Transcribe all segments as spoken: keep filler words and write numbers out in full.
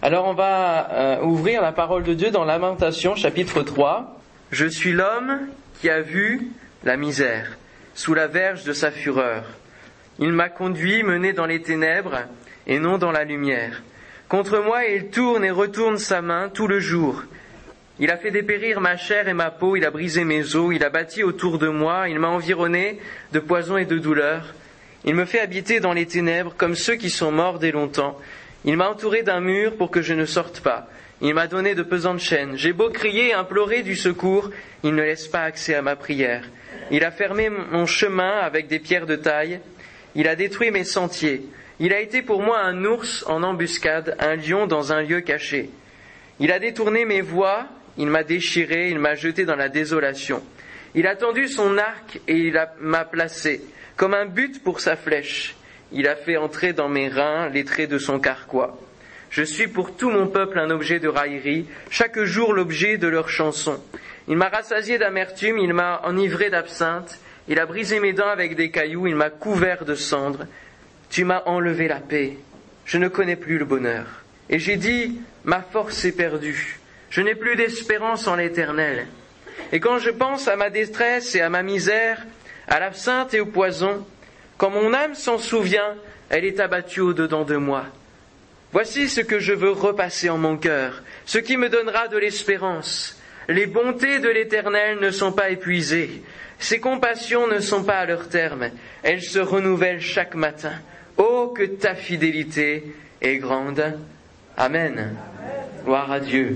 Alors on va euh, ouvrir la parole de Dieu dans Lamentations chapitre trois. Je suis l'homme qui a vu la misère sous la verge de sa fureur. Il m'a conduit, mené dans les ténèbres et non dans la lumière. Contre moi il tourne et retourne sa main tout le jour. Il a fait dépérir ma chair et ma peau, il a brisé mes os, il a bâti autour de moi, il m'a environné de poison et de douleur. Il me fait habiter dans les ténèbres comme ceux qui sont morts dès longtemps. Il m'a entouré d'un mur pour que je ne sorte pas. Il m'a donné de pesantes chaînes. J'ai beau crier et implorer du secours, il ne laisse pas accès à ma prière. Il a fermé mon chemin avec des pierres de taille. Il a détruit mes sentiers. Il a été pour moi un ours en embuscade, un lion dans un lieu caché. Il a détourné mes voies, il m'a déchiré, il m'a jeté dans la désolation. Il a tendu son arc et il a, m'a placé comme un but pour sa flèche. Il a fait entrer dans mes reins les traits de son carquois. Je suis pour tout mon peuple un objet de raillerie, chaque jour l'objet de leurs chansons. Il m'a rassasié d'amertume, il m'a enivré d'absinthe, il a brisé mes dents avec des cailloux, il m'a couvert de cendres. Tu m'as enlevé la paix, je ne connais plus le bonheur. Et j'ai dit, ma force est perdue, je n'ai plus d'espérance en l'Éternel. Et quand je pense à ma détresse et à ma misère, à l'absinthe et au poison, quand mon âme s'en souvient, elle est abattue au-dedans de moi. Voici ce que je veux repasser en mon cœur, ce qui me donnera de l'espérance. Les bontés de l'Éternel ne sont pas épuisées, ses compassions ne sont pas à leur terme, elles se renouvellent chaque matin. Oh, que ta fidélité est grande. Amen. Amen. Gloire à Dieu.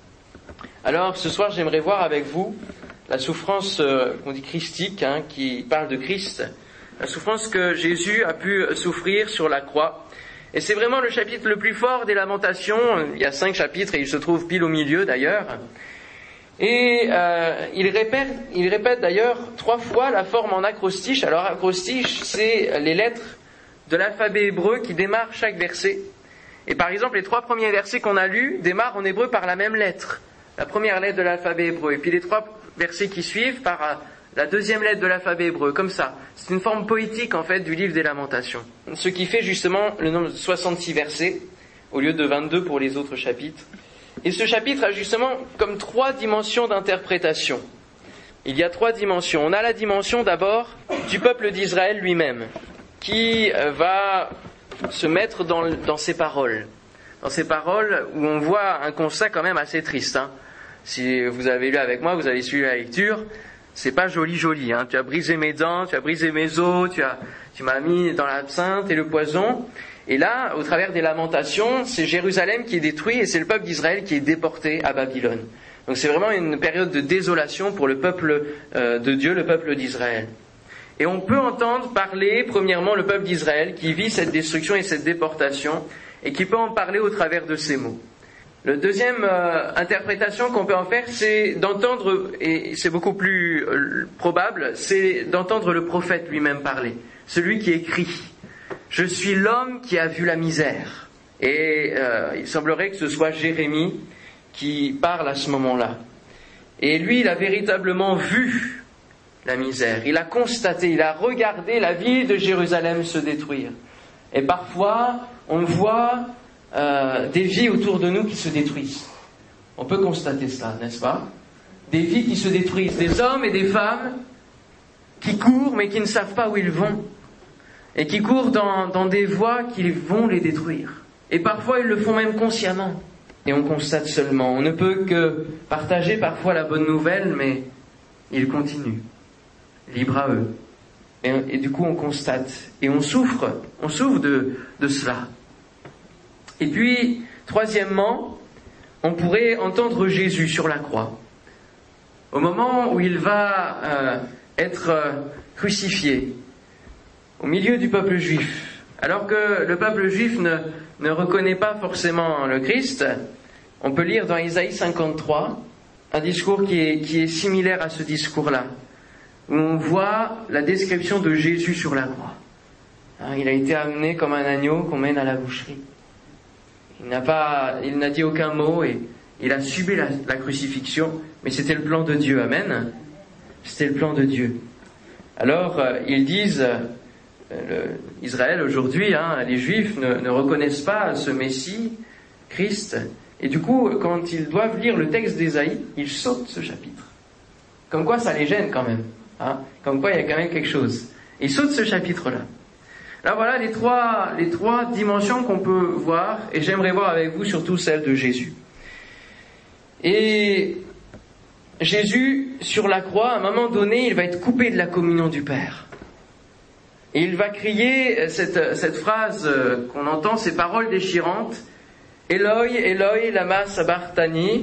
Alors, ce soir, j'aimerais voir avec vous la souffrance, euh, qu'on dit christique, hein, qui parle de Christ, la souffrance que Jésus a pu souffrir sur la croix. Et c'est vraiment le chapitre le plus fort des Lamentations. Il y a cinq chapitres et il se trouve pile au milieu d'ailleurs. Et euh, il répète, il répète d'ailleurs trois fois la forme en acrostiche. Alors acrostiche, c'est les lettres de l'alphabet hébreu qui démarrent chaque verset. Et par exemple, les trois premiers versets qu'on a lus démarrent en hébreu par la même lettre, la première lettre de l'alphabet hébreu. Et puis les trois versets qui suivent par la deuxième lettre de l'alphabet hébreu, comme ça. C'est une forme poétique, en fait, du livre des Lamentations. Ce qui fait justement le nombre de soixante-six versets, au lieu de vingt-deux pour les autres chapitres. Et ce chapitre a justement comme trois dimensions d'interprétation. Il y a trois dimensions. On a la dimension d'abord du peuple d'Israël lui-même, qui va se mettre dans, dans ses paroles. Dans ses paroles où on voit un constat quand même assez triste. Hein. Si vous avez lu avec moi, vous avez suivi la lecture, c'est pas joli joli, hein. Tu as brisé mes dents, tu as brisé mes os, tu as, tu m'as mis dans l'absinthe et le poison. Et là, au travers des Lamentations, c'est Jérusalem qui est détruit et c'est le peuple d'Israël qui est déporté à Babylone. Donc c'est vraiment une période de désolation pour le peuple euh, de Dieu, le peuple d'Israël. Et on peut entendre parler, premièrement, le peuple d'Israël qui vit cette destruction et cette déportation et qui peut en parler au travers de ces mots. La deuxième euh, interprétation qu'on peut en faire, c'est d'entendre, et c'est beaucoup plus euh, probable, c'est d'entendre le prophète lui-même parler, celui qui écrit « Je suis l'homme qui a vu la misère ». Et euh, il semblerait que ce soit Jérémie qui parle à ce moment-là. Et lui, il a véritablement vu la misère, il a constaté, il a regardé la ville de Jérusalem se détruire. Et parfois, on voit Euh, des vies autour de nous qui se détruisent. On peut constater cela, n'est-ce pas? Des vies qui se détruisent, des hommes et des femmes qui courent mais qui ne savent pas où ils vont et qui courent dans, dans des voies qui vont les détruire. Et parfois ils le font même consciemment. Et on constate seulement. On ne peut que partager parfois la bonne nouvelle, mais ils continuent, libres à eux. Et, et du coup on constate et on souffre, on souffre de, de cela. Et puis, troisièmement, on pourrait entendre Jésus sur la croix. Au moment où il va euh, être euh, crucifié, au milieu du peuple juif, alors que le peuple juif ne, ne reconnaît pas forcément le Christ, on peut lire dans Isaïe cinquante-trois un discours qui est, qui est similaire à ce discours-là, où on voit la description de Jésus sur la croix. Hein, il a été amené comme un agneau qu'on mène à la boucherie. Il n'a pas, il n'a dit aucun mot et il a subi la, la crucifixion, mais c'était le plan de Dieu, amen. C'était le plan de Dieu. Alors euh, ils disent, euh, le, Israël aujourd'hui, hein, les Juifs ne, ne reconnaissent pas ce Messie Christ. Et du coup, quand ils doivent lire le texte d'Ésaïe, ils sautent ce chapitre. Comme quoi ça les gêne quand même. Hein, comme quoi il y a quand même quelque chose. Ils sautent ce chapitre-là. Là voilà les trois, les trois dimensions qu'on peut voir, et j'aimerais voir avec vous surtout celle de Jésus. Et Jésus, sur la croix, à un moment donné, il va être coupé de la communion du Père. Et il va crier cette, cette phrase qu'on entend, ces paroles déchirantes, « Eloi, Eloi, lama sabachthani »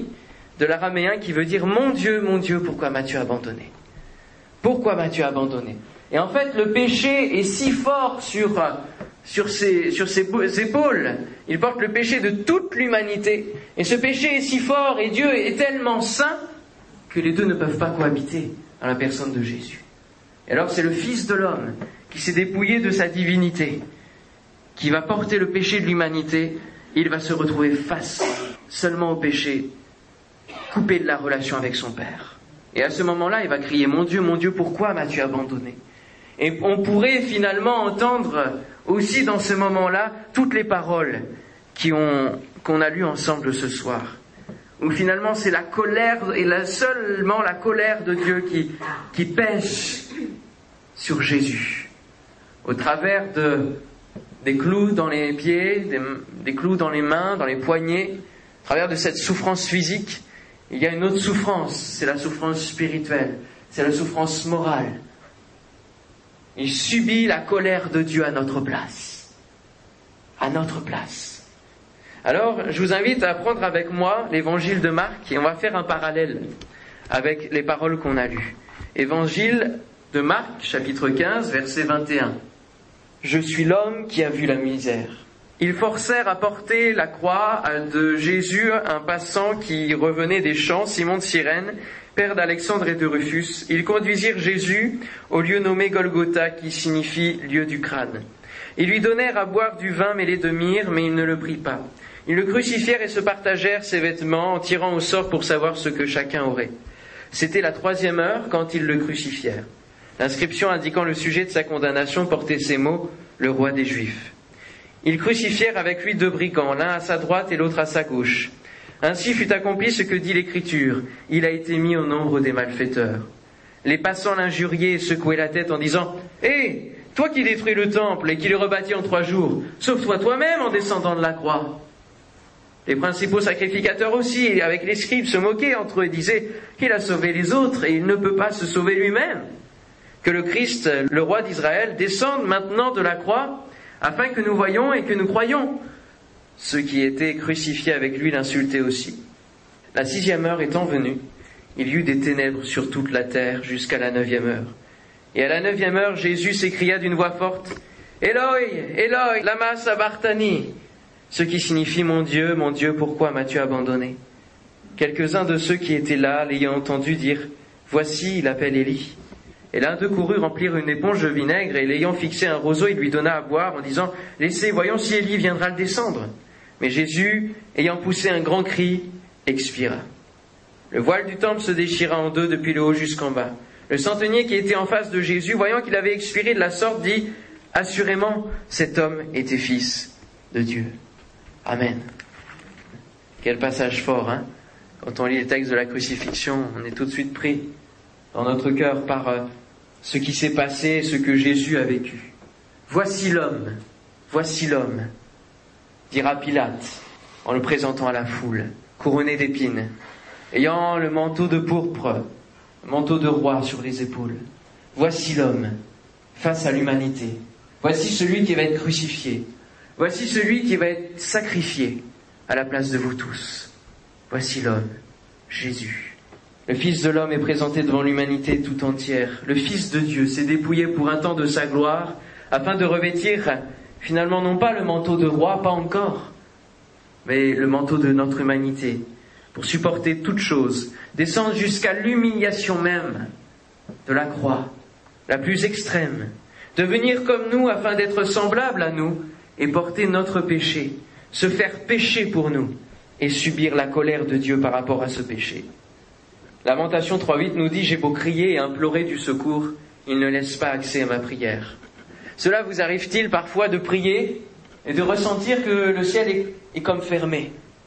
de l'araméen qui veut dire « Mon Dieu, mon Dieu, pourquoi m'as-tu abandonné ?» Pourquoi m'as-tu abandonné ? Et en fait, le péché est si fort sur, sur, ses, sur ses épaules. Il porte le péché de toute l'humanité. Et ce péché est si fort et Dieu est tellement saint que les deux ne peuvent pas cohabiter dans la personne de Jésus. Et alors c'est le Fils de l'homme qui s'est dépouillé de sa divinité, qui va porter le péché de l'humanité. Il va se retrouver face seulement au péché, coupé de la relation avec son Père. Et à ce moment-là, il va crier « Mon Dieu, mon Dieu, pourquoi m'as-tu abandonné ?» Et on pourrait finalement entendre aussi dans ce moment-là toutes les paroles qui ont, qu'on a lues ensemble ce soir. Où finalement c'est la colère, et la, seulement la colère de Dieu qui, qui pèse sur Jésus. Au travers de, des clous dans les pieds, des, des clous dans les mains, dans les poignets, au travers de cette souffrance physique, il y a une autre souffrance, c'est la souffrance spirituelle, c'est la souffrance morale. Il subit la colère de Dieu à notre place. À notre place. Alors, je vous invite à prendre avec moi l'évangile de Marc et on va faire un parallèle avec les paroles qu'on a lues. Évangile de Marc, chapitre quinze, verset vingt et un. « Je suis l'homme qui a vu la misère. » Ils forcèrent à porter la croix de Jésus un passant qui revenait des champs, Simon de Cyrène, père d'Alexandre et de Rufus. Ils conduisirent Jésus au lieu nommé Golgotha, qui signifie lieu du crâne. Ils lui donnèrent à boire du vin mêlé de myrrhe, mais il ne le prit pas. Ils le crucifièrent et se partagèrent ses vêtements en tirant au sort pour savoir ce que chacun aurait. C'était la troisième heure quand ils le crucifièrent. L'inscription indiquant le sujet de sa condamnation portait ces mots, « Le roi des Juifs ». Ils crucifièrent avec lui deux brigands, l'un à sa droite et l'autre à sa gauche. Ainsi fut accompli ce que dit l'Écriture. Il a été mis au nombre des malfaiteurs. Les passants l'injuriaient et secouaient la tête en disant « Hé, toi qui détruis le temple et qui le rebâtis en trois jours, sauve-toi toi-même en descendant de la croix. » Les principaux sacrificateurs aussi, avec les scribes, se moquaient entre eux et disaient qu'il a sauvé les autres et il ne peut pas se sauver lui-même. Que le Christ, le roi d'Israël, descende maintenant de la croix afin que nous voyions et que nous croyions. Ceux qui étaient crucifiés avec lui l'insultaient aussi. La sixième heure étant venue, il y eut des ténèbres sur toute la terre jusqu'à la neuvième heure. Et à la neuvième heure, Jésus s'écria d'une voix forte, « Eloi, Eloi, lama sabachthani » ce qui signifie « Mon Dieu, mon Dieu, pourquoi m'as-tu abandonné » Quelques-uns de ceux qui étaient là, l'ayant entendu dire « Voici, il appelle Élie » Et l'un d'eux courut remplir une éponge de vinaigre, et l'ayant fixé un roseau, il lui donna à boire, en disant « Laissez, voyons si Élie viendra le descendre. » Mais Jésus, ayant poussé un grand cri, expira. Le voile du temple se déchira en deux depuis le haut jusqu'en bas. Le centenier qui était en face de Jésus, voyant qu'il avait expiré de la sorte, dit « Assurément, cet homme était fils de Dieu. » Amen. Quel passage fort, hein? Quand on lit le texte de la crucifixion, on est tout de suite pris dans notre cœur par euh, ce qui s'est passé, ce que Jésus a vécu. Voici l'homme, voici l'homme, dira Pilate en le présentant à la foule, couronné d'épines, ayant le manteau de pourpre, le manteau de roi sur les épaules. Voici l'homme face à l'humanité. Voici celui qui va être crucifié. Voici celui qui va être sacrifié à la place de vous tous. Voici l'homme, Jésus. Le Fils de l'homme est présenté devant l'humanité tout entière. Le Fils de Dieu s'est dépouillé pour un temps de sa gloire, afin de revêtir finalement non pas le manteau de roi, pas encore, mais le manteau de notre humanité, pour supporter toutes choses, descendre jusqu'à l'humiliation même de la croix, la plus extrême, devenir comme nous afin d'être semblable à nous et porter notre péché, se faire pécher pour nous et subir la colère de Dieu par rapport à ce péché. Lamentation trois huit nous dit « J'ai beau crier et implorer du secours, il ne laisse pas accès à ma prière. » Cela vous arrive-t-il parfois de prier et de ressentir que le ciel est, est comme fermé,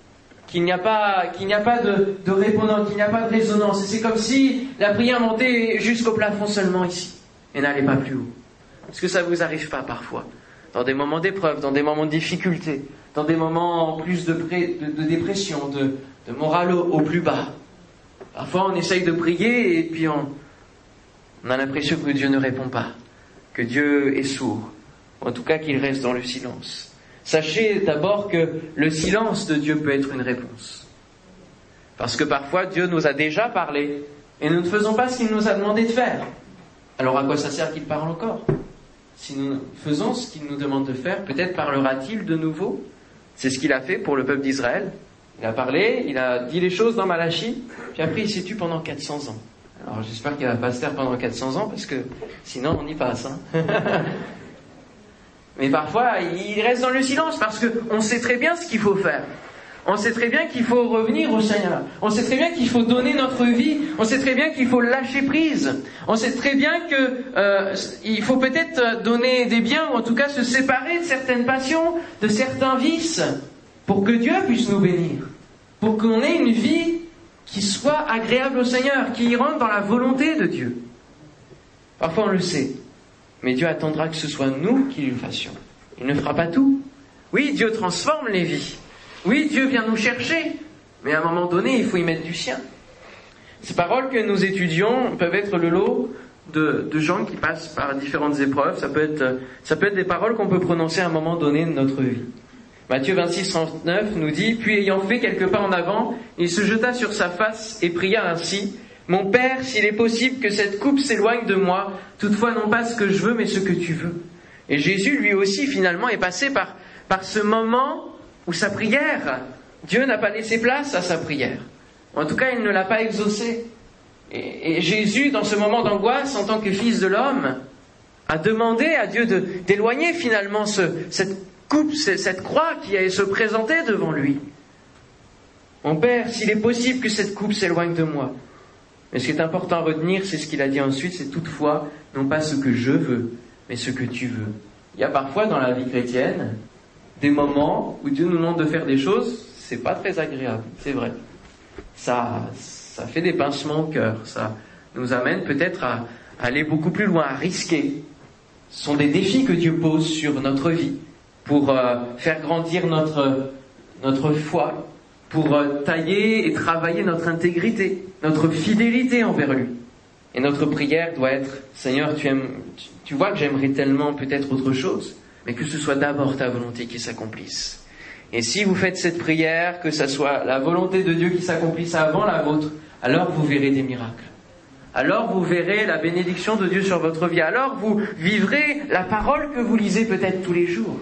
qu'il n'y a pas, qu'il n'y a pas de, de répondant, qu'il n'y a pas de résonance. Et c'est comme si la prière montait jusqu'au plafond seulement ici, et n'allait pas plus haut. Est-ce que ça vous arrive pas parfois? Dans des moments d'épreuve, dans des moments de difficulté, dans des moments plus de, pré, de, de dépression, de, de morale au, au plus bas. Parfois on essaye de prier et puis on, on a l'impression que Dieu ne répond pas, que Dieu est sourd, en tout cas qu'il reste dans le silence. Sachez d'abord que le silence de Dieu peut être une réponse. Parce que parfois Dieu nous a déjà parlé et nous ne faisons pas ce qu'il nous a demandé de faire. Alors à quoi ça sert qu'il parle encore? Si nous faisons ce qu'il nous demande de faire, peut-être parlera-t-il de nouveau. C'est ce qu'il a fait pour le peuple d'Israël. Il a parlé, il a dit les choses dans Malachie, puis après il s'est tu pendant quatre cents ans. Alors j'espère qu'il ne va pas se taire pendant quatre cents ans, parce que sinon on y passe. Hein. Mais parfois il reste dans le silence, parce qu'on sait très bien ce qu'il faut faire. On sait très bien qu'il faut revenir au Seigneur. On sait très bien qu'il faut donner notre vie. On sait très bien qu'il faut lâcher prise. On sait très bien que euh, il faut peut-être donner des biens, ou en tout cas se séparer de certaines passions, de certains vices, pour que Dieu puisse nous bénir. Pour qu'on ait une vie qui soit agréable au Seigneur, qui rentre dans la volonté de Dieu. Parfois on le sait, mais Dieu attendra que ce soit nous qui le fassions. Il ne fera pas tout. Oui, Dieu transforme les vies. Oui, Dieu vient nous chercher, mais à un moment donné, il faut y mettre du sien. Ces paroles que nous étudions peuvent être le lot de, de gens qui passent par différentes épreuves. Ça peut être, ça peut être des paroles qu'on peut prononcer à un moment donné de notre vie. Matthieu vingt-six, trente-neuf nous dit « Puis ayant fait quelques pas en avant, il se jeta sur sa face et pria ainsi « Mon Père, s'il est possible que cette coupe s'éloigne de moi, toutefois non pas ce que je veux, mais ce que tu veux. » Et Jésus, lui aussi, finalement, est passé par, par ce moment où sa prière, Dieu n'a pas laissé place à sa prière. En tout cas, il ne l'a pas exaucée. Et, et Jésus, dans ce moment d'angoisse, en tant que fils de l'homme, a demandé à Dieu de, d'éloigner finalement ce, cette coupe, cette croix qui allait se présenter devant lui. Mon Père, s'il est possible que cette coupe s'éloigne de moi. Mais ce qui est important à retenir, c'est ce qu'il a dit ensuite, c'est toutefois, non pas ce que je veux, mais ce que tu veux. Il y a parfois dans la vie chrétienne des moments où Dieu nous demande de faire des choses, c'est pas très agréable, c'est vrai. Ça, ça fait des pincements au cœur, ça nous amène peut-être à aller beaucoup plus loin, à risquer. Ce sont des défis que Dieu pose sur notre vie pour euh, faire grandir notre, notre foi, pour euh, tailler et travailler notre intégrité, notre fidélité envers lui. Et notre prière doit être, Seigneur, tu aimes, tu, tu vois que j'aimerais tellement peut-être autre chose, mais que ce soit d'abord ta volonté qui s'accomplisse. Et si vous faites cette prière, que ce soit la volonté de Dieu qui s'accomplisse avant la vôtre, alors vous verrez des miracles. Alors vous verrez la bénédiction de Dieu sur votre vie. Alors vous vivrez la parole que vous lisez peut-être tous les jours.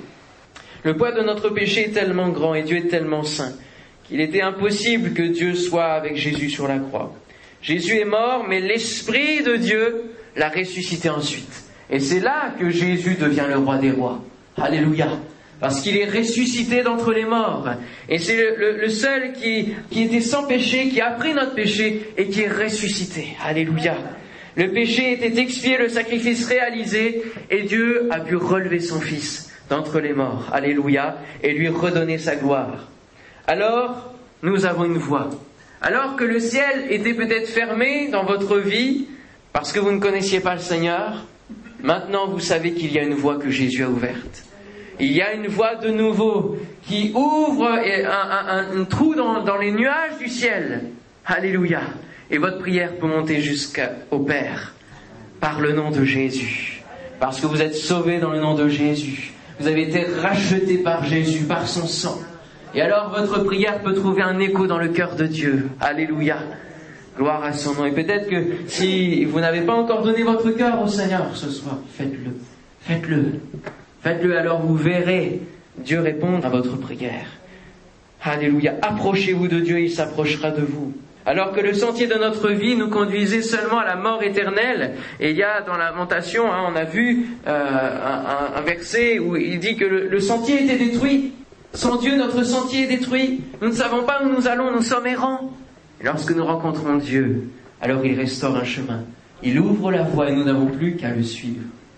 Le poids de notre péché est tellement grand et Dieu est tellement saint qu'il était impossible que Dieu soit avec Jésus sur la croix. Jésus est mort, mais l'Esprit de Dieu l'a ressuscité ensuite. Et c'est là que Jésus devient le roi des rois. Alléluia. Parce qu'il est ressuscité d'entre les morts. Et c'est le, le, le seul qui, qui était sans péché, qui a pris notre péché et qui est ressuscité. Alléluia. Le péché était expié, le sacrifice réalisé, et Dieu a pu relever son Fils d'entre les morts. Alléluia. Et lui redonner sa gloire. Alors, nous avons une voie. Alors que le ciel était peut-être fermé dans votre vie, parce que vous ne connaissiez pas le Seigneur, maintenant vous savez qu'il y a une voie que Jésus a ouverte. Il y a une voie de nouveau qui ouvre un, un, un, un trou dans, dans les nuages du ciel. Alléluia. Et votre prière peut monter jusqu'au Père par le nom de Jésus. Parce que vous êtes sauvés dans le nom de Jésus. Vous avez été rachetés par Jésus, par son sang. Et alors votre prière peut trouver un écho dans le cœur de Dieu. Alléluia. Gloire à son nom. Et peut-être que si vous n'avez pas encore donné votre cœur au Seigneur ce soir, faites-le. Faites-le. Faites-le, alors vous verrez Dieu répondre à votre prière. Alléluia. Approchez-vous de Dieu, il s'approchera de vous. Alors que le sentier de notre vie nous conduisait seulement à la mort éternelle, et il y a dans Lamentation, hein, on a vu euh, un, un verset où il dit que le, le sentier était détruit. Sans Dieu, notre sentier est détruit. Nous ne savons pas où nous allons, nous sommes errants. Et lorsque nous rencontrons Dieu, alors il restaure un chemin. Il ouvre la voie et nous n'avons plus qu'à le suivre.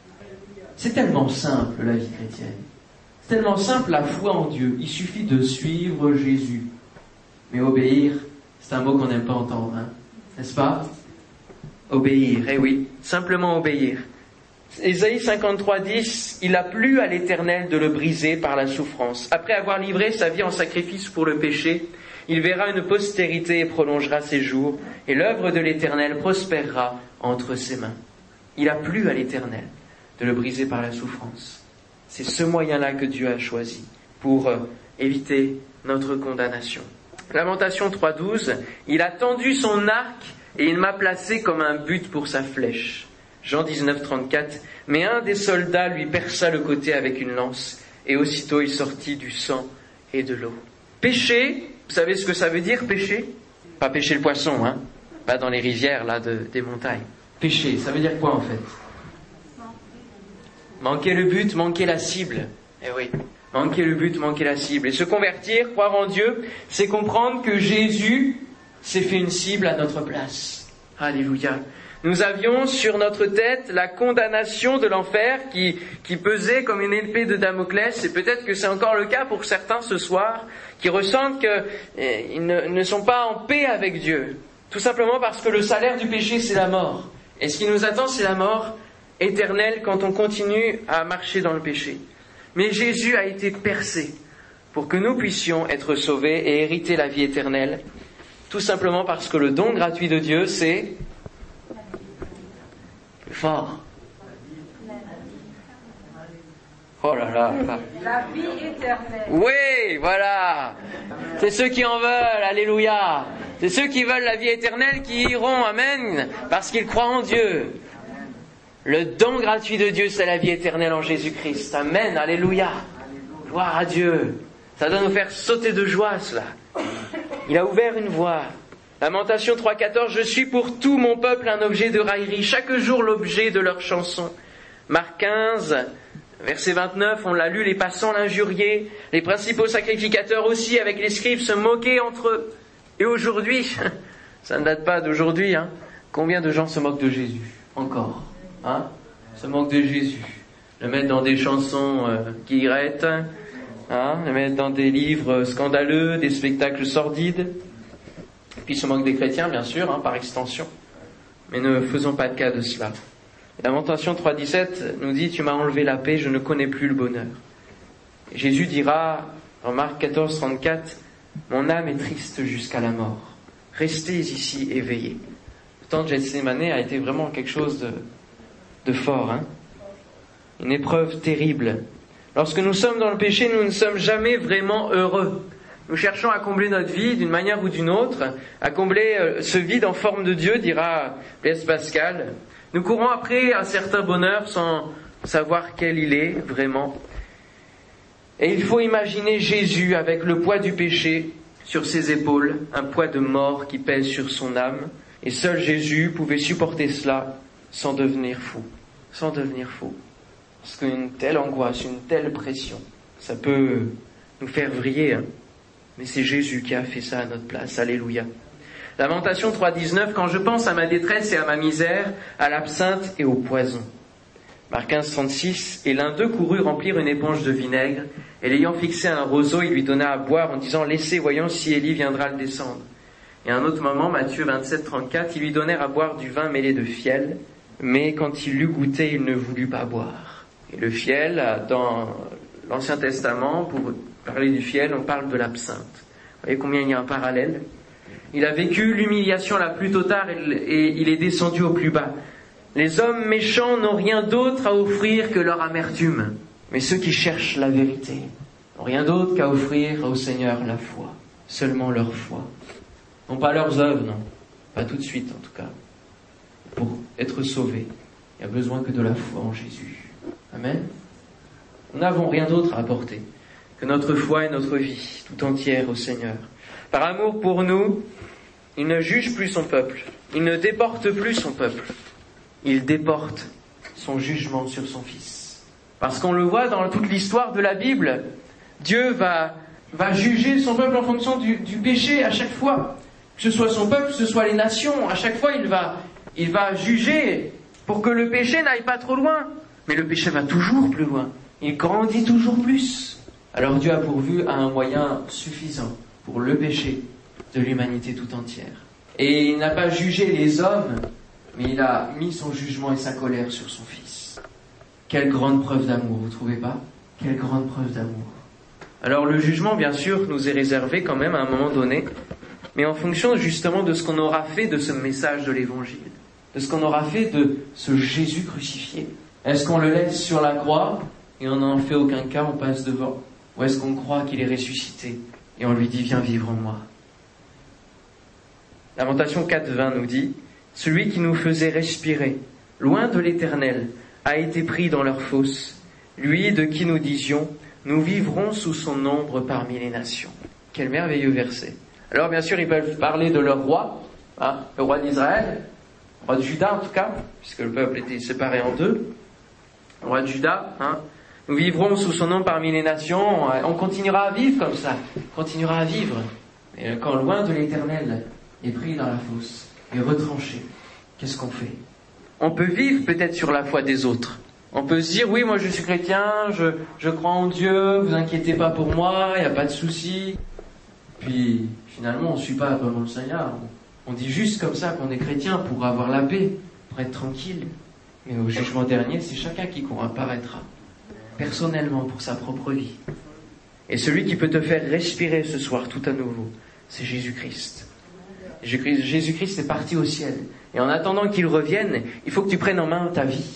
C'est tellement simple la vie chrétienne. C'est tellement simple la foi en Dieu. Il suffit de suivre Jésus. Mais obéir, c'est un mot qu'on n'aime pas entendre, hein, n'est-ce pas? Obéir, eh oui, simplement obéir. Ésaïe cinquante-trois, dix, il a plu à l'Éternel de le briser par la souffrance. Après avoir livré sa vie en sacrifice pour le péché, il verra une postérité et prolongera ses jours, et l'œuvre de l'Éternel prospérera entre ses mains. Il a plu à l'Éternel de le briser par la souffrance. C'est ce moyen-là que Dieu a choisi pour euh, éviter notre condamnation. Lamentation trois, douze, il a tendu son arc et il m'a placé comme un but pour sa flèche. Jean dix-neuf, trente-quatre, mais un des soldats lui perça le côté avec une lance, et aussitôt il sortit du sang et de l'eau. Péché, vous savez ce que ça veut dire, péché? Pas pêcher le poisson, hein, pas dans les rivières là de, des montagnes. Péché, ça veut dire quoi en fait? Manquer le but, manquer la cible. Eh oui, manquer le but, manquer la cible. Et se convertir, croire en Dieu, c'est comprendre que Jésus s'est fait une cible à notre place. Alléluia. Nous avions sur notre tête la condamnation de l'enfer qui, qui pesait comme une épée de Damoclès, et peut-être que c'est encore le cas pour certains ce soir, qui ressentent qu'ils eh, ne, ne sont pas en paix avec Dieu, tout simplement parce que le salaire du péché c'est la mort. Et ce qui nous attend c'est la mort éternelle quand on continue à marcher dans le péché. Mais Jésus a été percé pour que nous puissions être sauvés et hériter la vie éternelle, tout simplement parce que le don gratuit de Dieu c'est... fort. Oh là là. La vie éternelle. Oui, voilà. C'est ceux qui en veulent, alléluia. C'est ceux qui veulent la vie éternelle qui iront, amen, parce qu'ils croient en Dieu. Le don gratuit de Dieu, c'est la vie éternelle en Jésus-Christ. Amen, alléluia. Gloire à Dieu. Ça doit nous faire sauter de joie, cela. Il a ouvert une voie. Lamentation trois, quatorze, je suis pour tout mon peuple un objet de raillerie, chaque jour l'objet de leur chanson. Marc quinze, verset vingt-neuf, on l'a lu, les passants l'injuriaient, les principaux sacrificateurs aussi, avec les scribes, se moquaient entre eux. Et aujourd'hui, ça ne date pas d'aujourd'hui, hein, combien de gens se moquent de Jésus? Encore, hein, se moquent de Jésus. Le mettre dans des chansons euh, guillerettes, hein, le mettre dans des livres scandaleux, des spectacles sordides. Puis se moque des chrétiens, bien sûr, hein, par extension. Mais ne faisons pas de cas de cela. Lamentation trois, dix-sept nous dit « Tu m'as enlevé la paix, je ne connais plus le bonheur. » Et Jésus dira, en Marc quatorze, trente-quatre, « Mon âme est triste jusqu'à la mort. Restez ici éveillés. » Le temps de Gethsémane a été vraiment quelque chose de, de fort. Hein, une épreuve terrible. Lorsque nous sommes dans le péché, nous ne sommes jamais vraiment heureux. Nous cherchons à combler notre vie d'une manière ou d'une autre, à combler ce vide en forme de Dieu, dira Blaise Pascal. Nous courons après un certain bonheur sans savoir quel il est vraiment. Et il faut imaginer Jésus avec le poids du péché sur ses épaules, un poids de mort qui pèse sur son âme. Et seul Jésus pouvait supporter cela sans devenir fou, sans devenir fou. Parce qu'une telle angoisse, une telle pression, ça peut nous faire vriller, hein. Mais c'est Jésus qui a fait ça à notre place. Alléluia. Lamentation trois, dix-neuf, quand je pense à ma détresse et à ma misère, à l'absinthe et au poison. Marc quinze, trente-six, et l'un d'eux courut remplir une éponge de vinaigre, et l'ayant fixé à un roseau, il lui donna à boire en disant, laissez, voyons si Élie viendra le descendre. Et à un autre moment, Matthieu vingt-sept, trente-quatre, ils lui donnèrent à boire du vin mêlé de fiel, mais quand il l'eut goûté, il ne voulut pas boire. Et le fiel, dans l'Ancien Testament, pour parler du fiel, on parle de l'absinthe. Vous voyez combien il y a un parallèle? Il a vécu l'humiliation la plus totale et il est descendu au plus bas. Les hommes méchants n'ont rien d'autre à offrir que leur amertume. Mais ceux qui cherchent la vérité n'ont rien d'autre qu'à offrir au Seigneur la foi. Seulement leur foi. Non pas leurs œuvres, non. Pas tout de suite en tout cas. Pour être sauvés, il n'y a besoin que de la foi en Jésus. Amen. Nous n'avons rien d'autre à apporter que notre foi et notre vie tout entière au Seigneur. Par amour pour nous, il ne juge plus son peuple, il ne déporte plus son peuple, il déporte son jugement sur son Fils. Parce qu'on le voit dans toute l'histoire de la Bible, Dieu va, va juger son peuple en fonction du, du péché à chaque fois. Que ce soit son peuple, que ce soit les nations, à chaque fois il va, il va juger pour que le péché n'aille pas trop loin. Mais le péché va toujours plus loin, il grandit toujours plus. Alors Dieu a pourvu à un moyen suffisant pour le péché de l'humanité tout entière. Et il n'a pas jugé les hommes, mais il a mis son jugement et sa colère sur son Fils. Quelle grande preuve d'amour, vous trouvez pas? Quelle grande preuve d'amour. Alors le jugement, bien sûr, nous est réservé quand même à un moment donné, mais en fonction justement de ce qu'on aura fait de ce message de l'Évangile, de ce qu'on aura fait de ce Jésus crucifié. Est-ce qu'on le laisse sur la croix et on n'en fait aucun cas, on passe devant? Ou est-ce qu'on croit qu'il est ressuscité et on lui dit « Viens vivre en moi ». Lamentation quatre vingt nous dit « Celui qui nous faisait respirer, loin de l'Éternel, a été pris dans leur fosse. Lui de qui nous disions « Nous vivrons sous son ombre parmi les nations ». Quel merveilleux verset. Alors bien sûr, ils peuvent parler de leur roi, hein, le roi d'Israël, le roi de Juda en tout cas, puisque le peuple était séparé en deux. Le roi de Juda, hein. Nous vivrons sous son nom parmi les nations, on continuera à vivre comme ça, on continuera à vivre. Mais quand loin de l'Éternel est pris dans la fosse, est retranché, qu'est-ce qu'on fait? On peut vivre peut-être sur la foi des autres. On peut se dire, oui, moi je suis chrétien, je, je crois en Dieu, vous inquiétez pas pour moi, il n'y a pas de souci. Puis finalement, on ne suit pas vraiment le Seigneur. On, on dit juste comme ça qu'on est chrétien pour avoir la paix, pour être tranquille. Mais au jugement dernier, c'est chacun qui apparaîtra, personnellement, pour sa propre vie. Et celui qui peut te faire respirer ce soir tout à nouveau, c'est Jésus-Christ. Jésus-Christ est parti au ciel. Et en attendant qu'il revienne, il faut que tu prennes en main ta vie.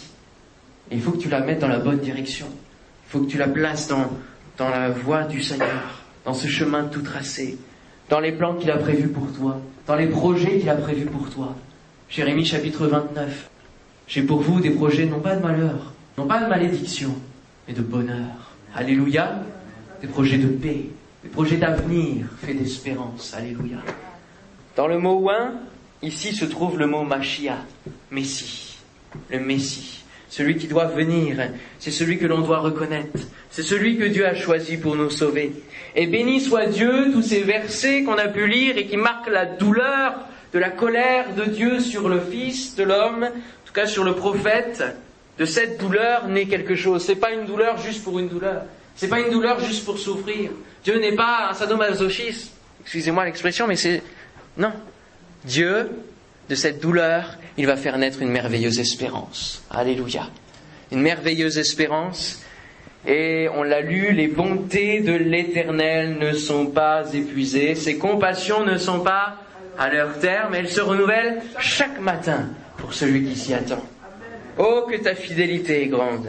Et il faut que tu la mettes dans la bonne direction. Il faut que tu la places dans, dans la voie du Seigneur, dans ce chemin tout tracé, dans les plans qu'il a prévus pour toi, dans les projets qu'il a prévus pour toi. Jérémie chapitre vingt-neuf. J'ai pour vous des projets non pas de malheur, non pas de malédiction, mais de bonheur. Alléluia. Des projets de paix, des projets d'avenir, faits d'espérance. Alléluia. Dans le mot ouin, ici se trouve le mot Machia, Messie, le Messie, celui qui doit venir, c'est celui que l'on doit reconnaître, c'est celui que Dieu a choisi pour nous sauver. Et béni soit Dieu, tous ces versets qu'on a pu lire et qui marquent la douleur de la colère de Dieu sur le Fils de l'homme, en tout cas sur le prophète. De cette douleur naît quelque chose. C'est pas une douleur juste pour une douleur. C'est pas une douleur juste pour souffrir. Dieu n'est pas un sadomasochiste. Excusez-moi l'expression, mais c'est... Non. Dieu, de cette douleur, il va faire naître une merveilleuse espérance. Alléluia. Une merveilleuse espérance. Et on l'a lu, les bontés de l'Éternel ne sont pas épuisées. Ses compassions ne sont pas à leur terme. Elles se renouvellent chaque matin pour celui qui s'y attend. Oh, que ta fidélité est grande.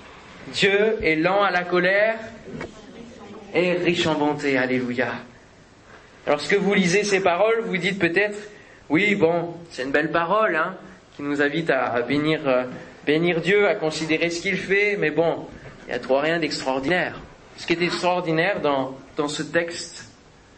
Dieu est lent à la colère et riche en bonté. Alléluia. Lorsque vous lisez ces paroles, vous dites peut-être, oui, bon, c'est une belle parole, hein, qui nous invite à bénir, euh, bénir Dieu, à considérer ce qu'il fait, mais bon, il n'y a trop rien d'extraordinaire. Ce qui est extraordinaire dans, dans ce texte,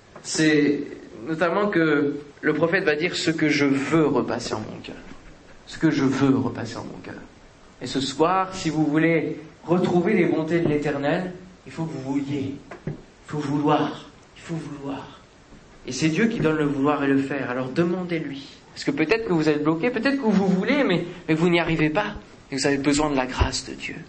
c'est notamment que le prophète va dire ce que je veux repasser en mon cœur. Ce que je veux repasser en mon cœur. Et ce soir, si vous voulez retrouver les bontés de l'Éternel, il faut que vous vouliez. Il faut vouloir. Il faut vouloir. Et c'est Dieu qui donne le vouloir et le faire. Alors demandez-lui. Parce que peut-être que vous êtes bloqué, peut-être que vous voulez, mais, mais vous n'y arrivez pas. Et vous avez besoin de la grâce de Dieu.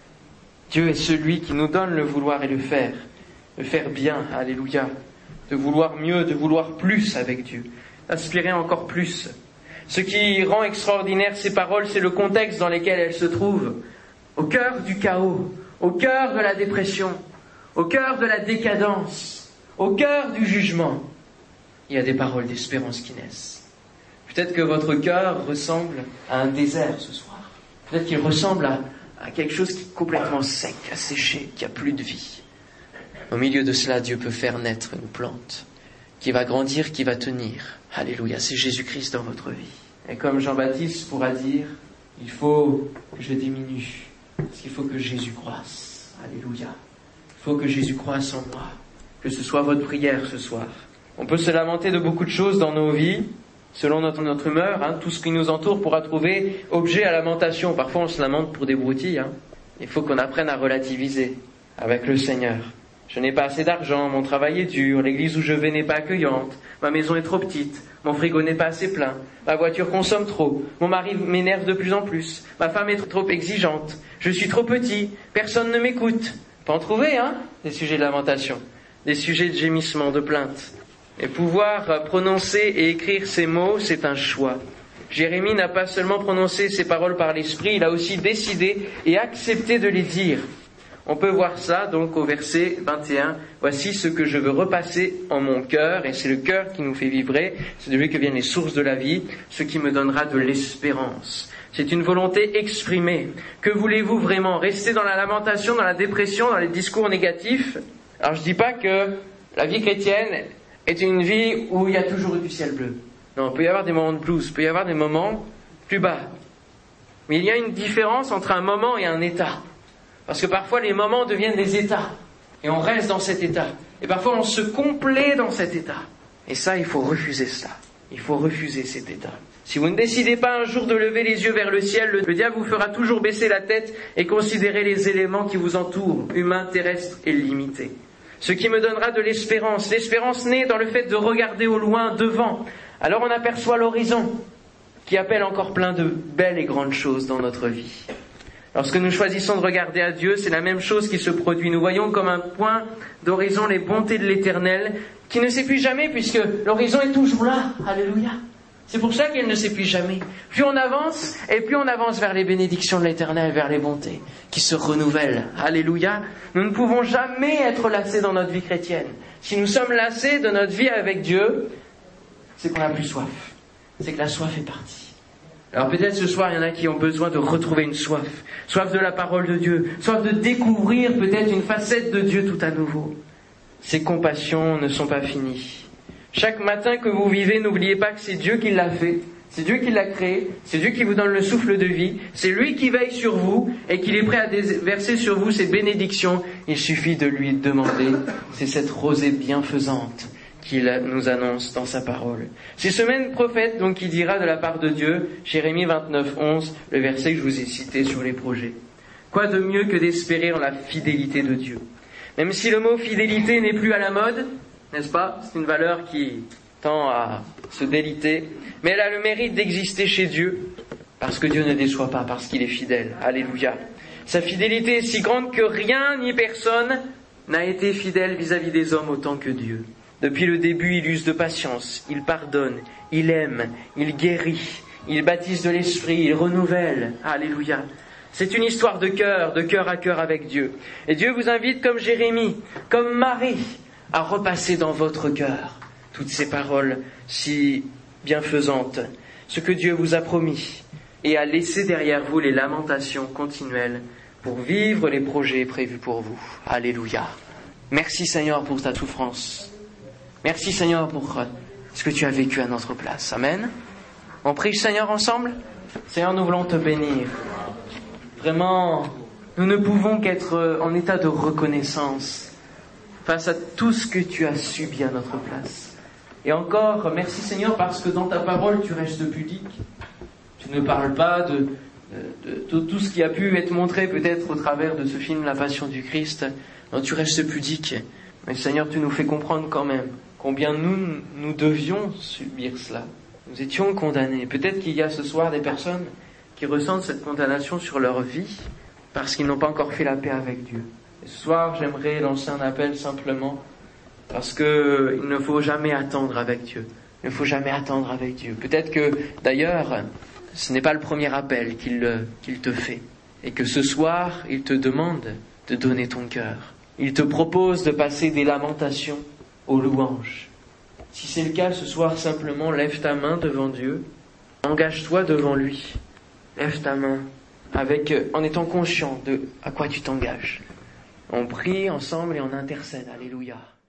Dieu est celui qui nous donne le vouloir et le faire. Le faire bien, alléluia. De vouloir mieux, de vouloir plus avec Dieu. D'aspirer encore plus. Ce qui rend extraordinaire ces paroles, c'est le contexte dans lequel elles se trouvent. Au cœur du chaos, au cœur de la dépression, au cœur de la décadence, au cœur du jugement, il y a des paroles d'espérance qui naissent. Peut-être que votre cœur ressemble à un désert ce soir. Peut-être qu'il ressemble à, à quelque chose qui est complètement sec, asséché, qui n'a plus de vie. Au milieu de cela, Dieu peut faire naître une plante qui va grandir, qui va tenir. Alléluia, c'est Jésus-Christ dans votre vie. Et comme Jean-Baptiste pourra dire, il faut que je diminue, parce qu'il faut que Jésus croisse. Alléluia. Il faut que Jésus croisse en moi. Que ce soit votre prière ce soir. On peut se lamenter de beaucoup de choses dans nos vies, selon notre, notre humeur. Hein. Tout ce qui nous entoure pourra trouver objet à lamentation. Parfois on se lamente pour des broutilles. Hein. Il faut qu'on apprenne à relativiser avec le Seigneur. Je n'ai pas assez d'argent, mon travail est dur, l'église où je vais n'est pas accueillante, ma maison est trop petite, mon frigo n'est pas assez plein, ma voiture consomme trop, mon mari m'énerve de plus en plus, ma femme est trop exigeante, je suis trop petit, personne ne m'écoute. Pas en trouver, hein, des sujets de lamentation, des sujets de gémissement, de plainte. Et pouvoir prononcer et écrire ces mots, c'est un choix. Jérémie n'a pas seulement prononcé ces paroles par l'esprit, il a aussi décidé et accepté de les dire. On peut voir ça donc au verset vingt et un. Voici ce que je veux repasser en mon cœur, et c'est le cœur qui nous fait vibrer, c'est de lui que viennent les sources de la vie, ce qui me donnera de l'espérance. C'est une volonté exprimée. Que voulez-vous vraiment? Rester dans la lamentation, dans la dépression, dans les discours négatifs? Alors je dis pas que la vie chrétienne est une vie où il y a toujours eu du ciel bleu. Non, il peut y avoir des moments de blues, il peut y avoir des moments plus bas. Mais il y a une différence entre un moment et un état. Parce que parfois les moments deviennent des états. Et on reste dans cet état. Et parfois on se complaît dans cet état. Et ça, il faut refuser cela. Il faut refuser cet état. Si vous ne décidez pas un jour de lever les yeux vers le ciel, le diable vous fera toujours baisser la tête et considérer les éléments qui vous entourent, humains, terrestres et limités. Ce qui me donnera de l'espérance. L'espérance naît dans le fait de regarder au loin, devant. Alors on aperçoit l'horizon, qui appelle encore plein de belles et grandes choses dans notre vie. Lorsque nous choisissons de regarder à Dieu, c'est la même chose qui se produit. Nous voyons comme un point d'horizon les bontés de l'Éternel, qui ne s'épuise jamais, puisque l'horizon est toujours là. Alléluia. C'est pour ça qu'elle ne s'épuise jamais. Plus on avance, et plus on avance vers les bénédictions de l'Éternel, vers les bontés, qui se renouvellent. Alléluia. Nous ne pouvons jamais être lassés dans notre vie chrétienne. Si nous sommes lassés de notre vie avec Dieu, c'est qu'on n'a plus soif. C'est que la soif est partie. Alors peut-être ce soir, il y en a qui ont besoin de retrouver une soif. Soif de la parole de Dieu. Soif de découvrir peut-être une facette de Dieu tout à nouveau. Ces compassions ne sont pas finies. Chaque matin que vous vivez, n'oubliez pas que c'est Dieu qui l'a fait. C'est Dieu qui l'a créé. C'est Dieu qui vous donne le souffle de vie. C'est lui qui veille sur vous et qu'il est prêt à déverser sur vous ses bénédictions. Il suffit de lui demander. C'est cette rosée bienfaisante qu'il nous annonce dans sa parole. C'est ce même prophète donc qui dira de la part de Dieu, Jérémie vingt-neuf, onze, le verset que je vous ai cité sur les projets. Quoi de mieux que d'espérer en la fidélité de Dieu? Même si le mot fidélité n'est plus à la mode, n'est-ce pas? C'est une valeur qui tend à se déliter, mais elle a le mérite d'exister chez Dieu, parce que Dieu ne déçoit pas, parce qu'il est fidèle. Alléluia. Sa fidélité est si grande que rien ni personne n'a été fidèle vis-à-vis des hommes autant que Dieu. Depuis le début, il use de patience, il pardonne, il aime, il guérit, il baptise de l'esprit, il renouvelle. Alléluia. C'est une histoire de cœur, de cœur à cœur avec Dieu. Et Dieu vous invite comme Jérémie, comme Marie, à repasser dans votre cœur toutes ces paroles si bienfaisantes, ce que Dieu vous a promis, et à laisser derrière vous les lamentations continuelles pour vivre les projets prévus pour vous. Alléluia. Merci Seigneur pour ta souffrance. Merci Seigneur pour ce que tu as vécu à notre place. Amen. On prie Seigneur ensemble. Seigneur, nous voulons te bénir. Vraiment, nous ne pouvons qu'être en état de reconnaissance face à tout ce que tu as subi à notre place. Et encore, merci Seigneur parce que dans ta parole tu restes pudique. Tu ne parles pas de, de, de, de tout ce qui a pu être montré peut-être au travers de ce film La Passion du Christ. Non, tu restes pudique. Mais Seigneur, tu nous fais comprendre quand même combien nous, nous devions subir cela. Nous étions condamnés. Peut-être qu'il y a ce soir des personnes qui ressentent cette condamnation sur leur vie parce qu'ils n'ont pas encore fait la paix avec Dieu. Et ce soir, j'aimerais lancer un appel simplement parce que il ne faut jamais attendre avec Dieu. Il ne faut jamais attendre avec Dieu. Peut-être que, d'ailleurs, ce n'est pas le premier appel qu'il, qu'il te fait. Et que ce soir, il te demande de donner ton cœur. Il te propose de passer des lamentations aux louanges. Si c'est le cas ce soir, simplement lève ta main devant Dieu, engage-toi devant lui, lève ta main avec, en étant conscient de à quoi tu t'engages. On prie ensemble et on intercède. Alléluia.